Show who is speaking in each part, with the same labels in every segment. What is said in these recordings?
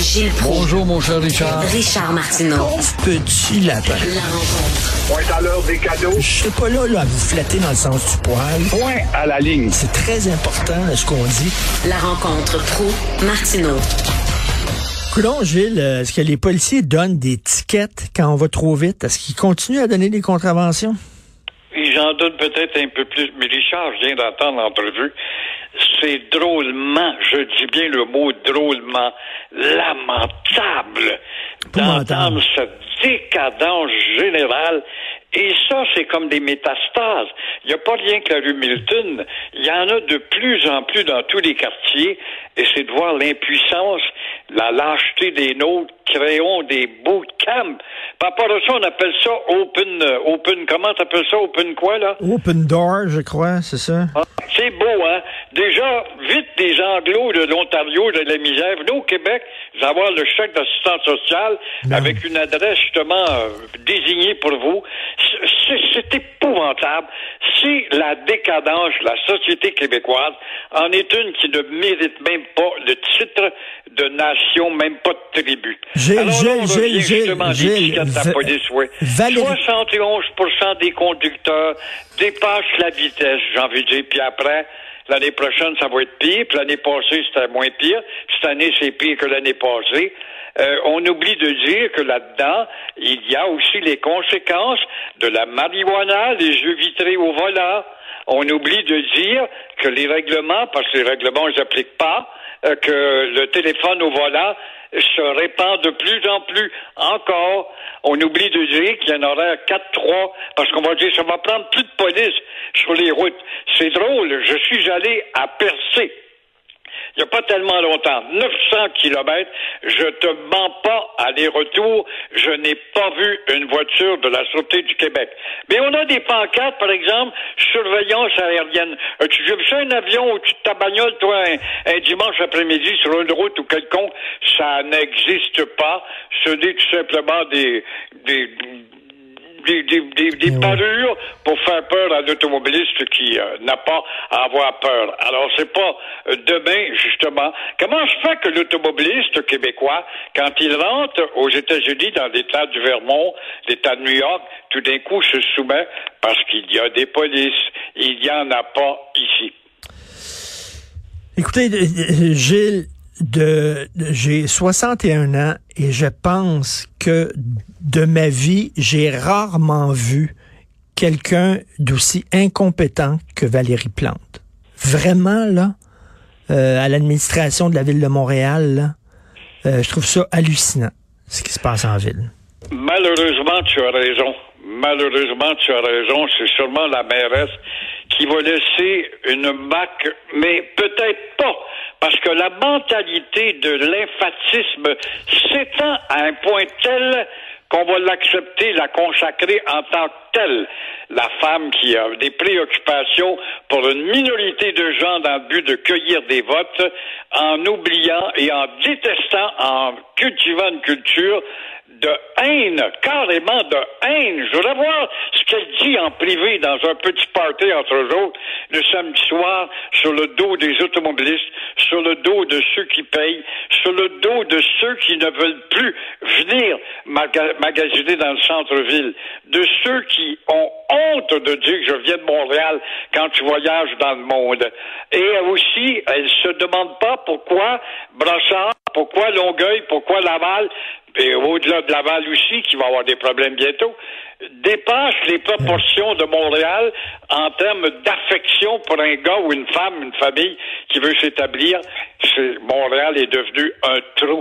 Speaker 1: Gilles Proulx.
Speaker 2: Bonjour, mon cher Richard.
Speaker 1: Richard Martineau.
Speaker 3: Petit lapin.
Speaker 1: La rencontre.
Speaker 4: Point à l'heure des cadeaux.
Speaker 3: Je suis pas là à vous flatter dans le sens du poil.
Speaker 4: Point à la ligne.
Speaker 3: C'est très important ce qu'on dit.
Speaker 1: La rencontre Proulx-Martineau.
Speaker 3: Coudonc, Gilles, est-ce que les policiers donnent des tickets quand on va trop vite? Est-ce qu'ils continuent à donner des contraventions?
Speaker 5: J'en donne peut-être un peu plus, mais Richard, je viens d'entendre l'entrevue. C'est drôlement, je dis bien le mot drôlement, lamentable d'entendre cette décadence générale. Et ça, c'est comme des métastases. Il n'y a pas rien que la rue Milton. Il y en a de plus en plus dans tous les quartiers. Et c'est de voir l'impuissance, la lâcheté des nôtres. Créons des bootcamps. Par rapport à ça, on appelle ça open, comment t'appelles ça? Open quoi, là?
Speaker 3: Open door, je crois, c'est ça.
Speaker 5: Ah, c'est beau, hein? Déjà, vite des Anglos de l'Ontario, de la misère. Venez au Québec, vous allez avoir le chèque d'assistance sociale avec une adresse, justement, désignée pour vous. C'est épouvantable. C'est la décadence, la société québécoise en est une qui ne mérite même pas le titre de nation, même pas de tribu.
Speaker 3: Gilles,
Speaker 5: 71% des conducteurs dépassent la vitesse, j'ai envie de dire, puis après, l'année prochaine, ça va être pire, puis l'année passée, c'était moins pire, cette année, c'est pire que l'année passée. On oublie de dire que là-dedans, il y a aussi les conséquences de la marijuana, les jeux vitrés au volant. On oublie de dire que les règlements, parce que les règlements, ils n'appliquent pas, que le téléphone au volant se répand de plus en plus encore. On oublie de dire qu'il y en aurait 4-3, parce qu'on va dire ça va prendre plus de police sur les routes. C'est drôle, je suis allé à Percé. Il n'y a pas tellement longtemps, 900 kilomètres, je te mens pas, aller-retour, je n'ai pas vu une voiture de la Sûreté du Québec. Mais on a des pancartes, par exemple, surveillance aérienne. Tu as vu ça, un avion au-dessus de ta bagnole, toi, un dimanche après-midi sur une route ou quelconque? Ça n'existe pas. Ce n'est tout simplement des parures pour faire peur à l'automobiliste qui n'a pas à avoir peur. Alors, c'est pas demain, justement. Comment se fait que l'automobiliste québécois, quand il rentre aux États-Unis, dans l'État du Vermont, l'État de New York, tout d'un coup se soumet parce qu'il y a des polices. Il n'y en a pas ici.
Speaker 3: Écoutez, Gilles, j'ai 61 ans et je pense que de ma vie, j'ai rarement vu quelqu'un d'aussi incompétent que Valérie Plante. Vraiment, là, à l'administration de la Ville de Montréal, là, je trouve ça hallucinant, ce qui se passe en ville.
Speaker 5: Malheureusement, tu as raison. Malheureusement, tu as raison. C'est sûrement la mairesse qui va laisser une marque, mais peut-être pas. Parce que la mentalité de l'infatisme s'étend à un point tel qu'on va l'accepter, la consacrer en tant que telle. La femme qui a des préoccupations pour une minorité de gens dans le but de cueillir des votes, en oubliant et en détestant, en cultivant une culture de haine, carrément de haine. Je voudrais voir ce qu'elle dit en privé dans un petit party entre eux autres le samedi soir sur le dos des automobilistes, sur le dos de ceux qui payent, sur le dos de ceux qui ne veulent plus venir magasiner dans le centre-ville, de ceux qui ont honte de dire que je viens de Montréal quand tu voyages dans le monde. Et aussi, elle se demande pas pourquoi Brossard, pourquoi Longueuil, pourquoi Laval, et au-delà de Laval aussi, qui va avoir des problèmes bientôt, dépasse les proportions de Montréal en termes d'affection pour un gars ou une femme, une famille qui veut s'établir. Montréal est devenu un trou.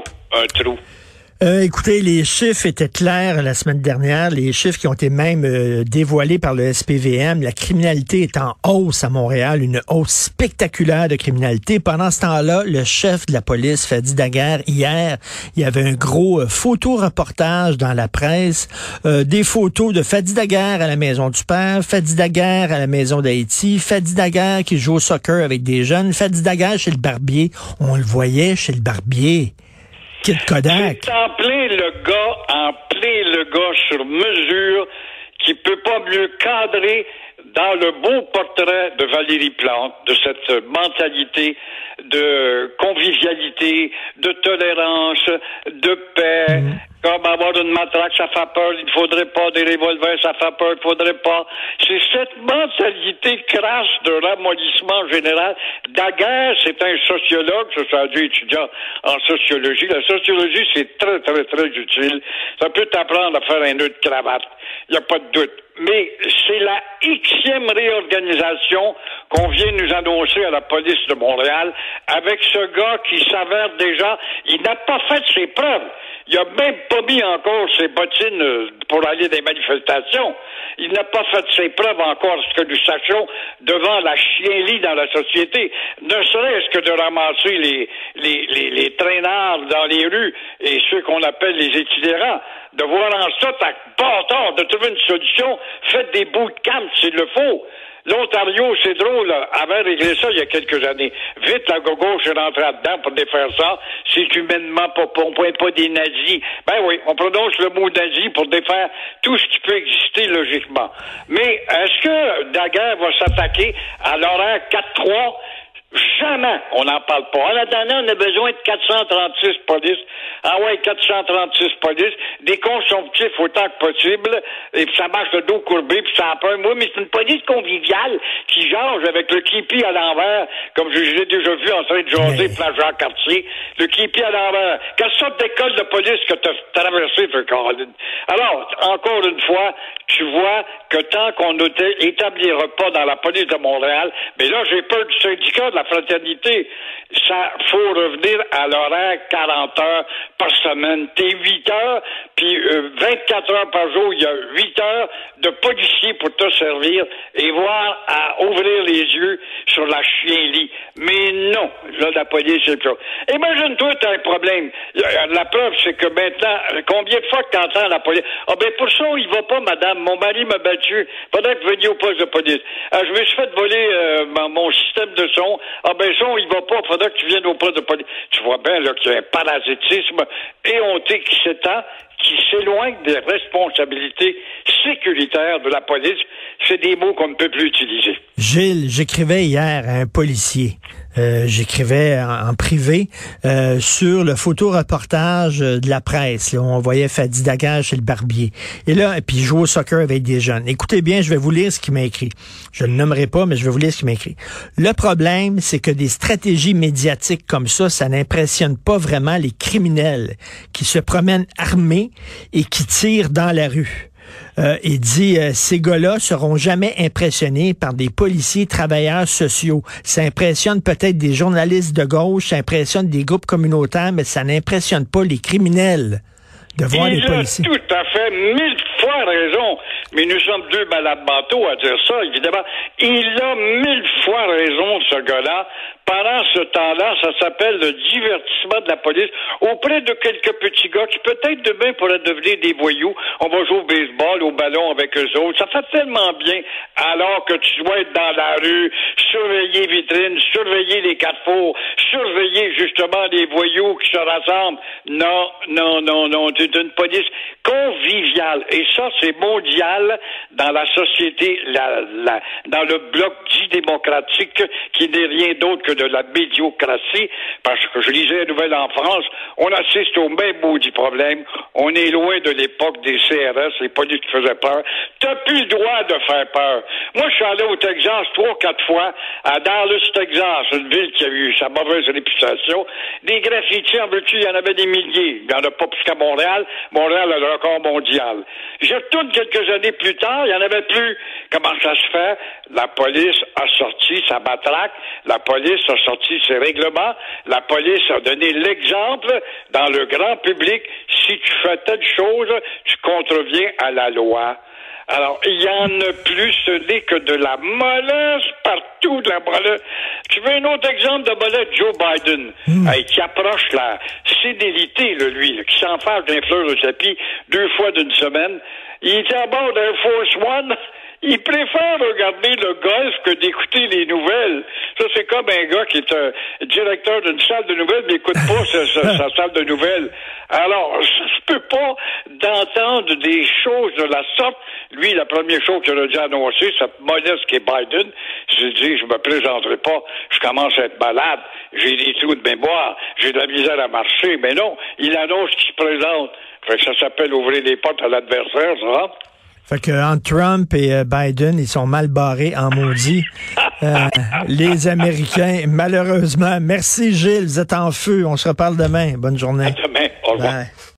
Speaker 3: Écoutez, les chiffres étaient clairs la semaine dernière, les chiffres qui ont été même dévoilés par le SPVM. La criminalité est en hausse à Montréal, une hausse spectaculaire de criminalité. Pendant ce temps-là, le chef de la police, Fadi Daguerre, hier, il y avait un gros photo-reportage dans la presse, des photos de Fadi Daguerre à la maison du père, Fadi Daguerre à la maison d'Haïti, Fadi Daguerre qui joue au soccer avec des jeunes, Fadi Daguerre chez le barbier. On le voyait chez le barbier. Kid Kodak.
Speaker 5: C'est en plein le gars sur mesure, qui peut pas mieux cadrer dans le beau portrait de Valérie Plante, de cette mentalité de convivialité, de tolérance, de paix, comme avoir une matraque, ça fait peur, il ne faudrait pas, des revolvers, ça fait peur, il ne faudrait pas. C'est cette mentalité crasse de ramollissement général. Daguerre, c'est un sociologue, ça a dû étudiant en sociologie. La sociologie, c'est très, très, très utile. Ça peut t'apprendre à faire un nœud de cravate. Il n'y a pas de doute. Mais c'est la Xème réorganisation qu'on vient nous annoncer à la police de Montréal avec ce gars qui s'avère déjà, il n'a pas fait ses preuves. Il n'a même pas mis encore ses bottines pour aller des manifestations. Il n'a pas fait ses preuves encore, ce que nous sachions, devant la chienlit dans la société. Ne serait-ce que de ramasser les traînards dans les rues et ceux qu'on appelle les itinérants. De voir en ça, à bâtard, de trouver une solution, faites des bouts de camp s'il le faut. L'Ontario, c'est drôle, avait réglé ça il y a quelques années. Vite, la gauche est rentrée là-dedans pour défaire ça. C'est humainement pas, on pointe pas des nazis. Ben oui, on prononce le mot nazi pour défaire tout ce qui peut exister logiquement. Mais est-ce que Daguerre va s'attaquer à l'horaire 4-3? Jamais on n'en parle pas. En attendant, on a besoin de 436 polices. Ah ouais, 436 polices, des consomptifs autant que possible, et puis ça marche le dos courbé, puis ça a peur. Moi, mais c'est une police conviviale qui jase avec le képi à l'envers, comme je l'ai déjà vu en train de jaser place Jean-Cartier, le képi à l'envers. Quelle sorte d'école de police que tu as traversé, Caroline? Alors, encore une fois, tu vois que tant qu'on n'établira pas dans la police de Montréal, mais là, j'ai peur du syndicat de la fraternité. Ça, faut revenir à l'horaire 40 heures par semaine. T'es 8 heures, puis 24 heures par jour, il y a 8 heures de policiers pour te servir et voir à ouvrir les yeux sur la chienlit. Mais non, là, la police, c'est ça. Imagine-toi, t'as un problème. La preuve, c'est que maintenant, combien de fois que t'entends la police? Ah ben, pour ça, il va pas, madame. Mon mari m'a battu. Faudrait que vous veniez au poste de police. Je me suis fait voler mon système de son. Ah ben, son, il va pas. Faudrait que tu viennes au poste de police. Tu vois bien, là, qu'il y a un parasitisme éhonté qui s'étend, qui s'éloigne des responsabilités sécuritaires de la police. C'est des mots qu'on ne peut plus utiliser.
Speaker 3: Gilles, j'écrivais hier à un policier. J'écrivais en privé sur le photoreportage de la presse. Là, où on voyait Fadi Daguerre chez le barbier. Et là, puis il joue au soccer avec des jeunes. Écoutez bien, je vais vous lire ce qu'il m'a écrit. Je ne le nommerai pas, mais je vais vous lire ce qu'il m'a écrit. Le problème, c'est que des stratégies médiatiques comme ça n'impressionne pas vraiment les criminels qui se promènent armés et qui tirent dans la rue. Il dit, ces gars-là seront jamais impressionnés par des policiers travailleurs sociaux. Ça impressionne peut-être des journalistes de gauche, ça impressionne des groupes communautaires, mais ça n'impressionne pas les criminels de voir les policiers.
Speaker 5: Il a tout à fait 1000 fois raison. Mais nous sommes deux malades mentaux à dire ça, évidemment. Il a 1000 fois raison, ce gars-là. Pendant ce temps-là, ça s'appelle le divertissement de la police auprès de quelques petits gars qui peut-être demain pourraient devenir des voyous. On va jouer au baseball, au ballon avec eux autres. Ça fait tellement bien alors que tu dois être dans la rue, surveiller les vitrines, surveiller les carrefours, surveiller justement les voyous qui se rassemblent. Non. C'est une police conviviale. Et ça, c'est mondial dans la société, dans le bloc dit démocratique qui n'est rien d'autre que de la médiocratie, parce que je lisais une nouvelle en France, on assiste au même maudit problème. On est loin de l'époque des CRS, les polices qui faisaient peur. T'as plus le droit de faire peur. Moi, je suis allé au Texas 3-4 fois, à Dallas, Texas, une ville qui a eu sa mauvaise réputation. Des graffitis, en veux-tu, il y en avait des milliers. Il n'y en a pas plus qu'à Montréal. Montréal a le record mondial. Je retourne quelques années plus tard, il n'y en avait plus. Comment ça se fait? La police a sorti sa matraque, la police a sorti ses règlements, la police a donné l'exemple dans le grand public. Si tu fais telle chose, tu contreviens à la loi. Alors, il y en a plus, ce n'est que de la mollesse partout, de la mollesse. Tu veux un autre exemple de mollesse? Joe Biden, qui approche la sénilité, lui, qui s'enfarge d'un fleur de tapis 2 fois d'une semaine. Il était à bord d'un Force One. Il préfère regarder le golf que d'écouter les nouvelles. Ça, c'est comme un gars qui est un directeur d'une salle de nouvelles, mais n'écoute pas sa salle de nouvelles. Alors, ça se peut pas d'entendre des choses de la sorte. Lui, la première chose qu'il a déjà annoncé, cette monnaie qui est Biden, s'est dit, je me présenterai pas, je commence à être malade, j'ai des trous de mémoire, j'ai de la misère à marcher. Mais non, il annonce qu'il se présente. Fait que ça s'appelle ouvrir les portes à l'adversaire, ça.
Speaker 3: Fait que entre Trump et Biden, ils sont mal barrés en maudit. Les Américains, malheureusement. Merci Gilles, vous êtes en feu. On se reparle demain. Bonne journée.
Speaker 5: À demain. Au revoir.
Speaker 3: Bye.